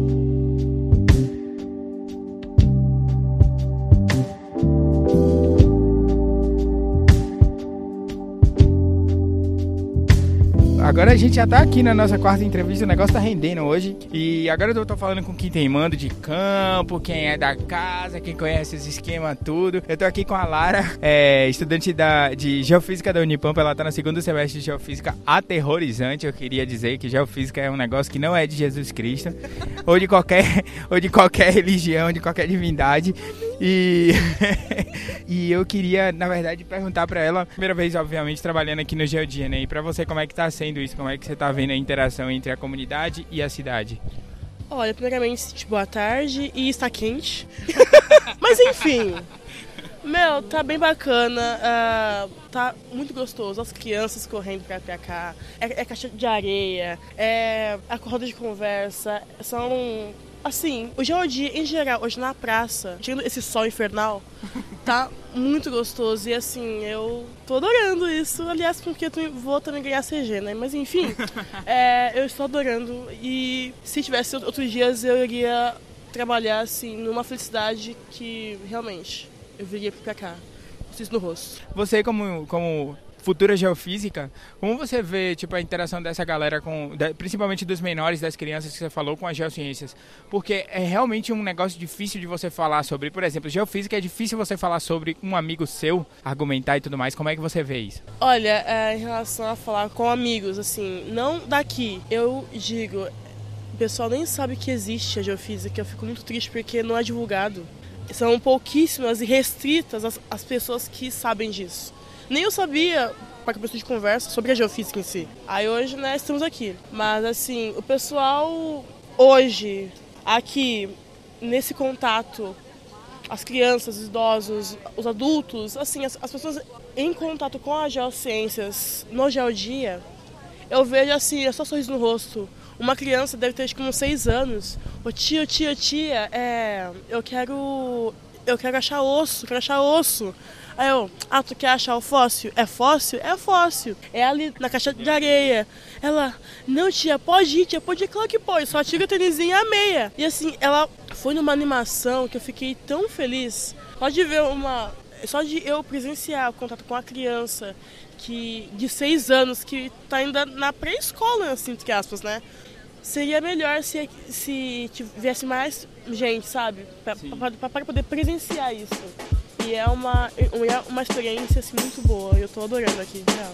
Agora a gente já tá aqui na nossa quarta entrevista, o negócio tá rendendo hoje. E agora eu tô falando com quem tem mando de campo, quem é da casa, quem conhece os esquemas, tudo. Eu tô aqui com a Lara, é, estudante da, de Geofísica da Unipampa. Ela tá no segundo semestre de Geofísica, aterrorizante. Eu queria dizer que Geofísica é um negócio que não é de Jesus Cristo, ou de qualquer, ou de qualquer religião, de qualquer divindade. E, e eu queria, na verdade, perguntar pra ela, primeira vez, obviamente, trabalhando aqui no Geodia, né? E pra você, como é que tá sendo isso? Como é que você tá vendo a interação entre a comunidade e a cidade? Olha, primeiramente, boa tarde e está quente. Mas enfim, meu, tá bem bacana, uh, tá muito gostoso. As crianças correndo pra, pra cá, é, é caixa de areia, é a roda de conversa, são... Assim, o Geodia, em geral, hoje na praça, tirando esse sol infernal, tá muito gostoso. E assim, eu tô adorando isso. Aliás, porque eu vou também ganhar C G, né? Mas enfim, é, eu estou adorando. E se tivesse outros dias, eu iria trabalhar, assim, numa felicidade que, realmente, eu viria pra cá. Isso no rosto. Você, como... como... futura geofísica, como você vê tipo, a interação dessa galera, com, principalmente dos menores, das crianças que você falou, com as geociências? Porque é realmente um negócio difícil de você falar sobre. Por exemplo, geofísica é difícil você falar sobre um amigo seu, argumentar e tudo mais. Como é que você vê isso? Olha, é, em relação a falar com amigos, assim, não daqui, eu digo, o pessoal nem sabe que existe a geofísica. Eu fico muito triste porque não é divulgado. São pouquíssimas e restritas as, as pessoas que sabem disso. Nem eu sabia, para a pessoa de conversa, sobre a geofísica em si. Aí hoje, né, estamos aqui. Mas, assim, o pessoal hoje, aqui, nesse contato, as crianças, os idosos, os adultos, assim, as, as pessoas em contato com as geociências no Geodia, eu vejo, assim, é só sorriso no rosto. Uma criança deve ter, acho que, uns seis anos. Ô, tia, tia, tia, é, eu quero, eu quero achar osso, quero achar osso. Aí eu, ah, tu quer achar o fóssil? É fóssil? É fóssil. É ali na caixa de areia. Ela, não tia, pode ir, tia, pode ir, claro que pode. Só tira o tênisinho e a meia. E assim, ela foi numa animação que eu fiquei tão feliz. Só de ver uma... Só de eu presenciar o contato com a criança que, de seis anos, que tá ainda na pré-escola, assim, entre aspas, né? Seria melhor se, se tivesse mais gente, sabe? Para poder presenciar isso. E é uma, uma experiência assim, muito boa. Eu tô adorando aqui, real.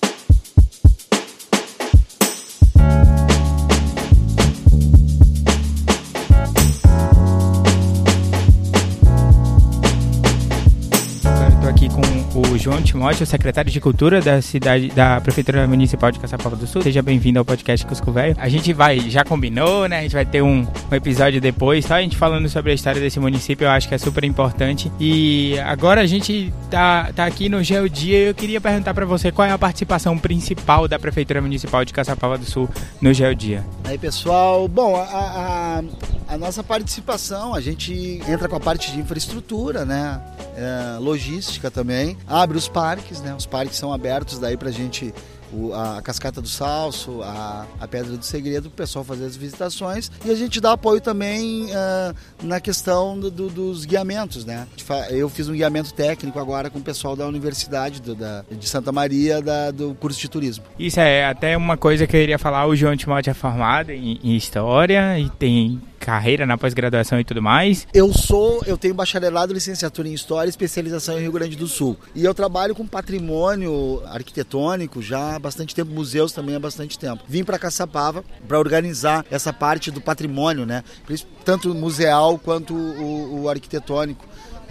Estou aqui com o João Timóteo, secretário de Cultura da cidade, da Prefeitura Municipal de Caçapava do Sul. Seja bem-vindo ao podcast Cusco Velho. A gente vai, já combinou, né? A gente vai ter um, um episódio depois, tá? A gente falando sobre a história desse município, eu acho que é super importante. E agora a gente tá, tá aqui no Geodia e eu queria perguntar para você qual é a participação principal da Prefeitura Municipal de Caçapava do Sul no Geodia. Aí, pessoal, bom, a, a, a nossa participação, a gente entra com a parte de infraestrutura, né? É, logística também, abre os parques, né? Os parques são abertos daí pra gente, o, a Cascata do Salso, a, a Pedra do Segredo, pro pessoal fazer as visitações, e a gente dá apoio também uh, na questão do, do, dos guiamentos, né? Eu fiz um guiamento técnico agora com o pessoal da Universidade do, da, de Santa Maria, da, do curso de turismo. Isso é até uma coisa que eu iria falar. O João Timóteo é formado em, em História e tem carreira na pós-graduação e tudo mais. Eu sou, eu tenho bacharelado, licenciatura em História e especialização em Rio Grande do Sul. E eu trabalho com patrimônio arquitetônico já há bastante tempo, museus também há bastante tempo. Vim para Caçapava para organizar essa parte do patrimônio, né? Tanto museal quanto o, o arquitetônico.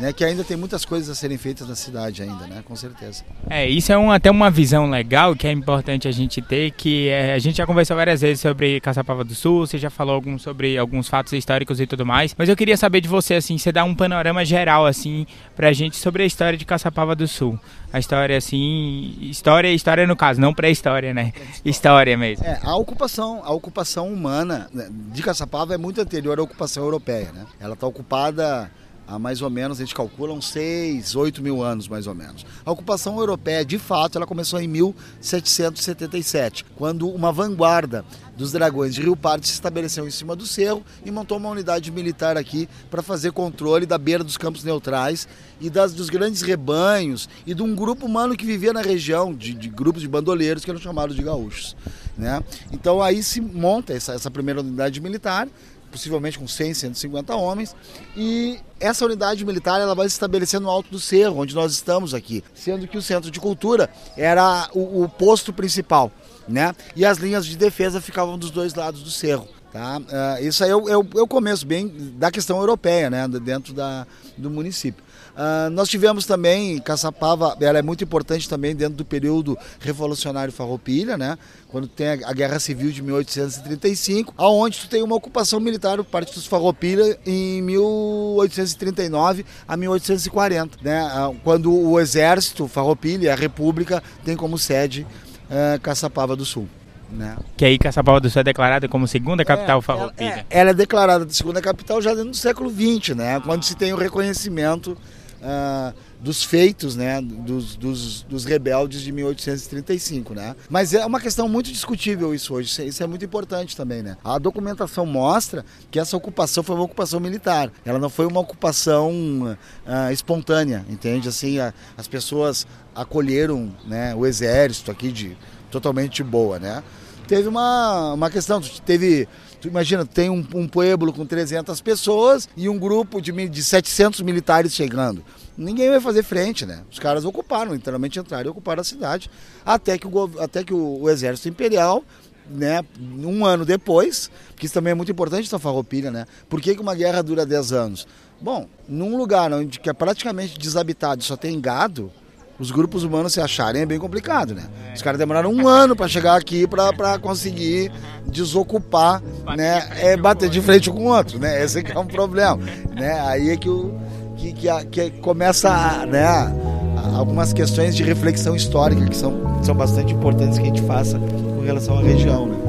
né, que ainda tem muitas coisas a serem feitas na cidade ainda, né, com certeza. É, isso é um, até uma visão legal que é importante a gente ter, que é, a gente já conversou várias vezes sobre Caçapava do Sul, você já falou algum, sobre alguns fatos históricos e tudo mais, mas eu queria saber de você, assim, você dá um panorama geral, assim, pra gente sobre a história de Caçapava do Sul. A história, assim, história, história no caso, não pré-história, né? História mesmo. É, a ocupação, a ocupação humana de Caçapava é muito anterior à ocupação europeia, né? Ela está ocupada há mais ou menos, a gente calcula uns seis, oito mil anos mais ou menos. A ocupação europeia, de fato, ela começou em mil setecentos e setenta e sete, quando uma vanguarda dos dragões de Rio Pardo se estabeleceu em cima do cerro e montou uma unidade militar aqui para fazer controle da beira dos campos neutrais e das, dos grandes rebanhos e de um grupo humano que vivia na região, de, de grupos de bandoleiros que eram chamados de gaúchos, né? Então aí se monta essa, essa primeira unidade militar, possivelmente com cem, cento e cinquenta homens, e essa unidade militar ela vai se estabelecer no alto do cerro, onde nós estamos aqui, sendo que o centro de cultura era o, o posto principal, né? E as linhas de defesa ficavam dos dois lados do cerro. Tá? Uh, isso aí é o, é, o, é o começo bem da questão europeia, né? Dentro da, do município. Uh, nós tivemos também, Caçapava, ela é muito importante também dentro do período revolucionário farroupilha, né? Quando tem a, a Guerra Civil de mil oitocentos e trinta e cinco, onde tu tem uma ocupação militar por parte dos farroupilha em mil oitocentos e trinta e nove a mil oitocentos e quarenta, né? Uh, quando o exército farroupilha, a república, tem como sede uh, Caçapava do Sul. Né? Que aí Caçapava do Sul é declarada como segunda capital é, farroupilha. Ela, é, ela é declarada de segunda capital já no século vinte, né? Quando se tem o reconhecimento uh, dos feitos, né? dos, dos, dos rebeldes de mil oitocentos e trinta e cinco. Né? Mas é uma questão muito discutível isso hoje, isso é muito importante também. Né? A documentação mostra que essa ocupação foi uma ocupação militar, ela não foi uma ocupação uh, espontânea, entende? Assim, a, as pessoas acolheram, né, o exército aqui de totalmente boa, né? Teve uma, uma questão, teve, tu imagina, tem um, um pueblo com trezentas pessoas e um grupo de, de setecentos militares chegando. Ninguém vai fazer frente, né? Os caras ocuparam, literalmente entraram e ocuparam a cidade, até que o, até que o, o exército imperial, né, um ano depois, porque isso também é muito importante essa farroupilha, né? Por que que uma guerra dura dez anos? Bom, num lugar onde que é praticamente desabitado e só tem gado, os grupos humanos se acharem é bem complicado, né? Os caras demoraram um ano para chegar aqui para conseguir desocupar, né? É bater de frente com o outro, né? Esse que é um problema, né? Aí é que, o, que, que, a, que começa, né? Algumas questões de reflexão histórica que são, que são bastante importantes que a gente faça com relação à região, né?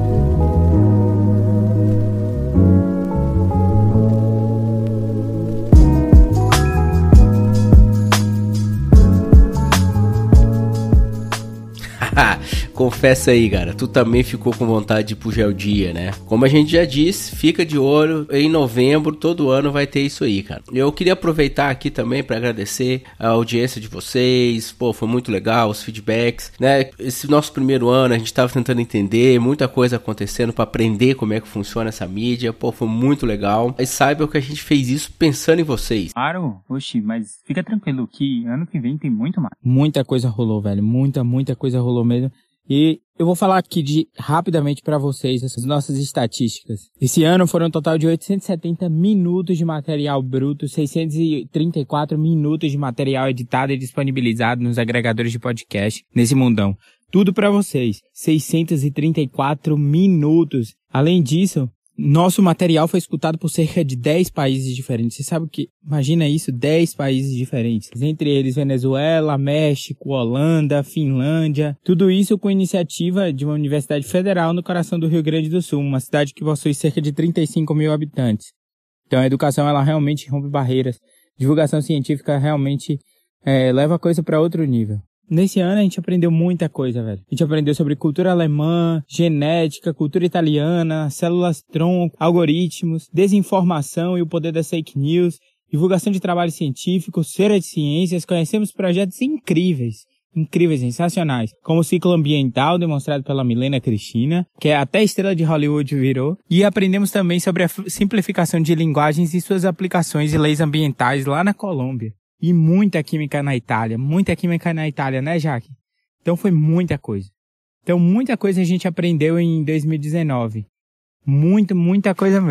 Confessa aí, cara, tu também ficou com vontade de ir pro Geodia, né? Como a gente já disse, fica de olho, em novembro, todo ano vai ter isso aí, cara. Eu queria aproveitar aqui também para agradecer a audiência de vocês, pô, foi muito legal, os feedbacks, né? Esse nosso primeiro ano a gente tava tentando entender, muita coisa acontecendo para aprender como é que funciona essa mídia, pô, foi muito legal. Mas saibam que a gente fez isso pensando em vocês. Claro, oxi, mas fica tranquilo que ano que vem tem muito mais. Muita coisa rolou, velho, muita, muita coisa rolou mesmo. E eu vou falar aqui de, rapidamente para vocês as nossas estatísticas. Esse ano foram um total de oitocentos e setenta minutos de material bruto, seiscentos e trinta e quatro minutos de material editado e disponibilizado nos agregadores de podcast nesse mundão. Tudo para vocês, seiscentos e trinta e quatro minutos. Além disso, nosso material foi escutado por cerca de dez países diferentes. Você sabe o que? Imagina isso, dez países diferentes. Entre eles Venezuela, México, Holanda, Finlândia. Tudo isso com iniciativa de uma universidade federal no coração do Rio Grande do Sul, uma cidade que possui cerca de trinta e cinco mil habitantes. Então a educação ela realmente rompe barreiras. Divulgação científica realmente é, leva a coisa para outro nível. Nesse ano a gente aprendeu muita coisa, velho. A gente aprendeu sobre cultura alemã, genética, cultura italiana, células-tronco, algoritmos, desinformação e o poder das fake news, divulgação de trabalho científico, feira de ciências. Conhecemos projetos incríveis, incríveis, sensacionais, como o ciclo ambiental demonstrado pela Milena Cristina, que é até estrela de Hollywood virou. E aprendemos também sobre a simplificação de linguagens e suas aplicações e leis ambientais lá na Colômbia. E muita química na Itália, muita química na Itália, né, Jaque? Então foi muita coisa. Então muita coisa a gente aprendeu em dois mil e dezenove. Muito, muita coisa mesmo.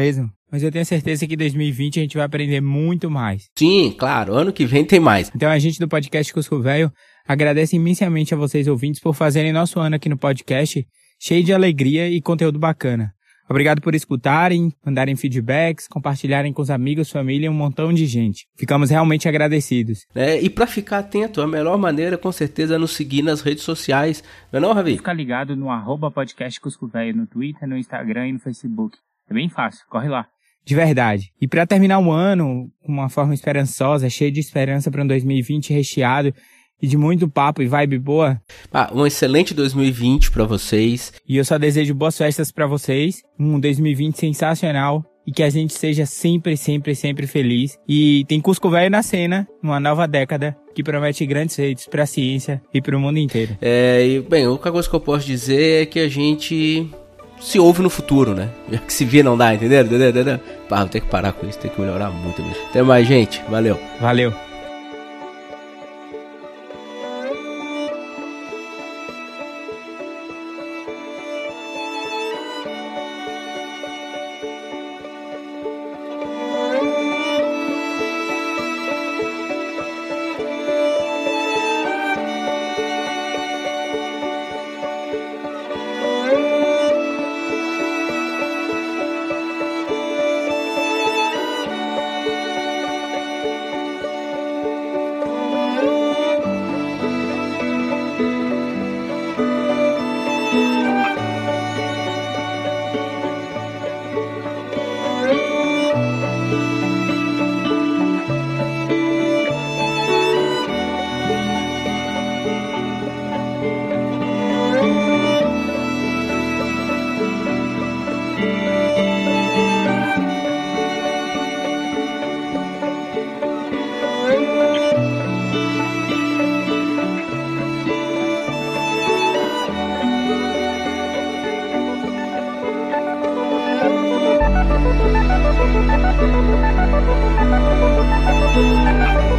mas eu tenho certeza que em dois mil e vinte a gente vai aprender muito mais. Sim, claro, ano que vem tem mais. Então a gente do podcast Cusco Velho agradece imensamente a vocês ouvintes por fazerem nosso ano aqui no podcast cheio de alegria e conteúdo bacana. Obrigado por escutarem, mandarem feedbacks, compartilharem com os amigos, família e um montão de gente. Ficamos realmente agradecidos. É, e para ficar atento, a melhor maneira com certeza é nos seguir nas redes sociais. Não é não, Ravi? Fica ligado no arroba podcast Cusco Velho no Twitter, no Instagram e no Facebook. É bem fácil, corre lá. De verdade. E para terminar o ano com uma forma esperançosa, cheio de esperança para um dois mil e vinte recheado e de muito papo e vibe boa. Ah, um excelente dois mil e vinte para vocês. E eu só desejo boas festas para vocês, um dois mil e vinte sensacional e que a gente seja sempre, sempre, sempre feliz. E tem Cusco Velho na cena, numa nova década que promete grandes feitos para a ciência e para o mundo inteiro. É, e bem, a única coisa que eu posso dizer é que a gente se ouve no futuro, né? Já que se via não dá, entendeu? entendeu? entendeu? Pá, vou ter que parar com isso, tem que melhorar muito mesmo. Até mais, gente. Valeu. Valeu. Thank you.